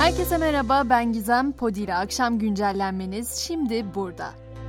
Herkese merhaba, ben Gizem. Podi ile akşam güncellenmeniz şimdi burada.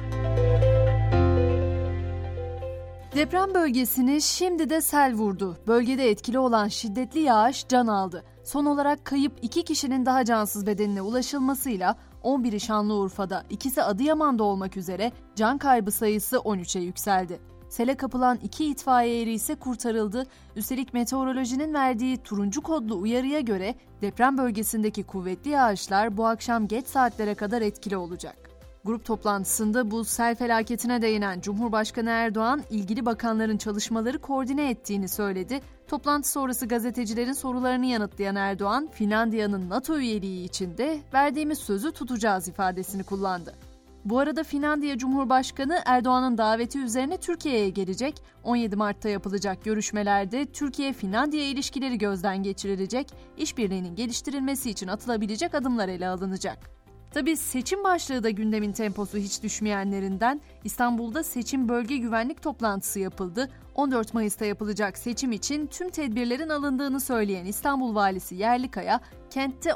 Deprem bölgesini şimdi de sel vurdu. Bölgede etkili olan şiddetli yağış can aldı. Son olarak kayıp 2 kişinin daha cansız bedenine ulaşılmasıyla 11'i Şanlıurfa'da, ikisi Adıyaman'da olmak üzere can kaybı sayısı 13'e yükseldi. Sele kapılan 2 itfaiye eri ise kurtarıldı. Üstelik meteorolojinin verdiği turuncu kodlu uyarıya göre deprem bölgesindeki kuvvetli yağışlar bu akşam geç saatlere kadar etkili olacak. Grup toplantısında bu sel felaketine değinen Cumhurbaşkanı Erdoğan, ilgili bakanların çalışmaları koordine ettiğini söyledi. Toplantı sonrası gazetecilerin sorularını yanıtlayan Erdoğan, Finlandiya'nın NATO üyeliği için de verdiğimiz sözü tutacağız ifadesini kullandı. Bu arada Finlandiya Cumhurbaşkanı Erdoğan'ın daveti üzerine Türkiye'ye gelecek. 17 Mart'ta yapılacak görüşmelerde Türkiye-Finlandiya ilişkileri gözden geçirilecek, işbirliğinin geliştirilmesi için atılabilecek adımlar ele alınacak. Tabii seçim başlığı da gündemin temposu hiç düşmeyenlerinden. İstanbul'da seçim bölge güvenlik toplantısı yapıldı. 14 Mayıs'ta yapılacak seçim için tüm tedbirlerin alındığını söyleyen İstanbul Valisi Yerlikaya, kentte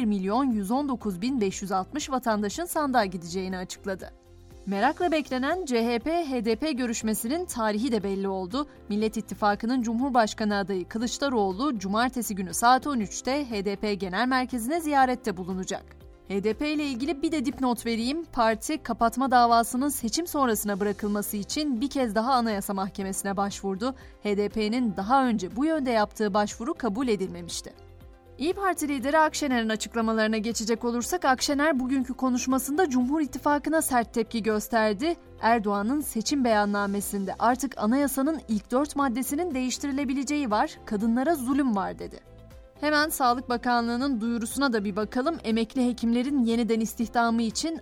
11.119.560 vatandaşın sandığa gideceğini açıkladı. Merakla beklenen CHP-HDP görüşmesinin tarihi de belli oldu. Millet İttifakı'nın Cumhurbaşkanı adayı Kılıçdaroğlu, Cumartesi günü saat 13'te HDP Genel Merkezi'ne ziyarette bulunacak. HDP ile ilgili bir de dipnot vereyim. Parti, kapatma davasının seçim sonrasına bırakılması için bir kez daha Anayasa Mahkemesi'ne başvurdu. HDP'nin daha önce bu yönde yaptığı başvuru kabul edilmemişti. İYİ Parti lideri Akşener'in açıklamalarına geçecek olursak, Akşener bugünkü konuşmasında Cumhur İttifakı'na sert tepki gösterdi. Erdoğan'ın seçim beyannamesinde artık anayasanın ilk 4 maddesinin değiştirilebileceği var, kadınlara zulüm var dedi. Hemen Sağlık Bakanlığı'nın duyurusuna da bir bakalım. Emekli hekimlerin yeniden istihdamı için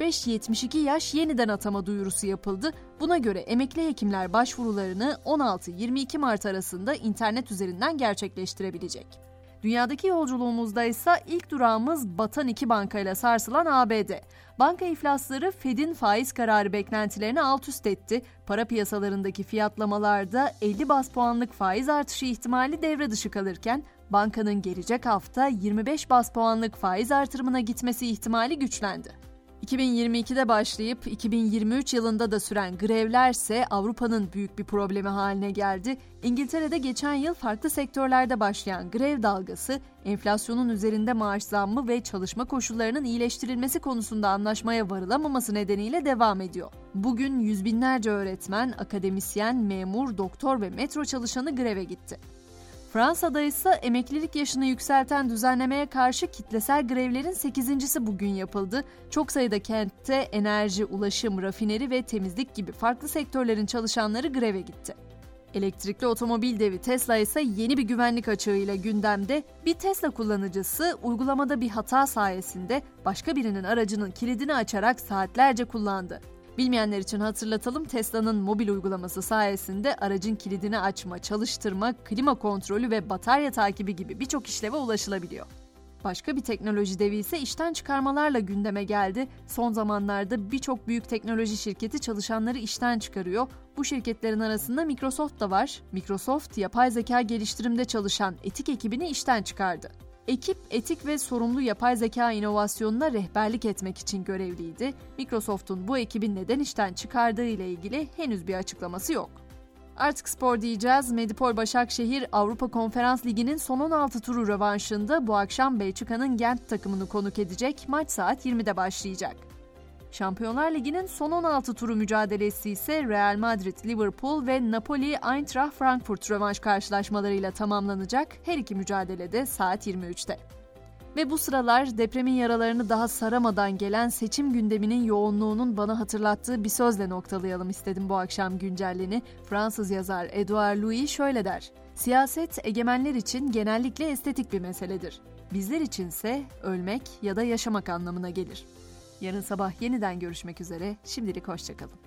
65-72 yaş yeniden atama duyurusu yapıldı. Buna göre emekli hekimler başvurularını 16-22 Mart arasında internet üzerinden gerçekleştirebilecek. Dünyadaki yolculuğumuzda ise ilk durağımız batan 2 bankayla sarsılan ABD. Banka iflasları Fed'in faiz kararı beklentilerini alt üst etti. Para piyasalarındaki fiyatlamalarda 50 baz puanlık faiz artışı ihtimali devre dışı kalırken, bankanın gelecek hafta 25 baz puanlık faiz artırımına gitmesi ihtimali güçlendi. 2022'de başlayıp 2023 yılında da süren grevlerse Avrupa'nın büyük bir problemi haline geldi. İngiltere'de geçen yıl farklı sektörlerde başlayan grev dalgası, enflasyonun üzerinde maaş zammı ve çalışma koşullarının iyileştirilmesi konusunda anlaşmaya varılamaması nedeniyle devam ediyor. Bugün yüz binlerce öğretmen, akademisyen, memur, doktor ve metro çalışanı greve gitti. Fransa'da ise emeklilik yaşını yükselten düzenlemeye karşı kitlesel grevlerin 8.'si bugün yapıldı. Çok sayıda kentte enerji, ulaşım, rafineri ve temizlik gibi farklı sektörlerin çalışanları greve gitti. Elektrikli otomobil devi Tesla ise yeni bir güvenlik açığıyla gündemde. Bir Tesla kullanıcısı uygulamada bir hata sayesinde başka birinin aracının kilidini açarak saatlerce kullandı. Bilmeyenler için hatırlatalım, Tesla'nın mobil uygulaması sayesinde aracın kilidini açma, çalıştırma, klima kontrolü ve batarya takibi gibi birçok işleve ulaşılabiliyor. Başka bir teknoloji devi ise işten çıkarmalarla gündeme geldi. Son zamanlarda birçok büyük teknoloji şirketi çalışanları işten çıkarıyor. Bu şirketlerin arasında Microsoft da var. Microsoft, yapay zeka geliştirimde çalışan etik ekibini işten çıkardı. Ekip, etik ve sorumlu yapay zeka inovasyonuna rehberlik etmek için görevliydi. Microsoft'un bu ekibi neden işten çıkardığı ile ilgili henüz bir açıklaması yok. Artık spor diyeceğiz. Medipol Başakşehir Avrupa Konferans Ligi'nin son 16 turu rövanşında bu akşam Belçika'nın Gent takımını konuk edecek. Maç saat 20'de başlayacak. Şampiyonlar Ligi'nin son 16 turu mücadelesi ise Real Madrid, Liverpool ve Napoli, Eintracht Frankfurt rövanş karşılaşmalarıyla tamamlanacak. Her iki mücadele de saat 23'te. Ve bu sıralar depremin yaralarını daha saramadan gelen seçim gündeminin yoğunluğunun bana hatırlattığı bir sözle noktalayalım istedim bu akşam güncelleni. Fransız yazar Edouard Louis şöyle der: "Siyaset egemenler için genellikle estetik bir meseledir. Bizler içinse ölmek ya da yaşamak anlamına gelir." Yarın sabah yeniden görüşmek üzere. Şimdilik hoşça kalın.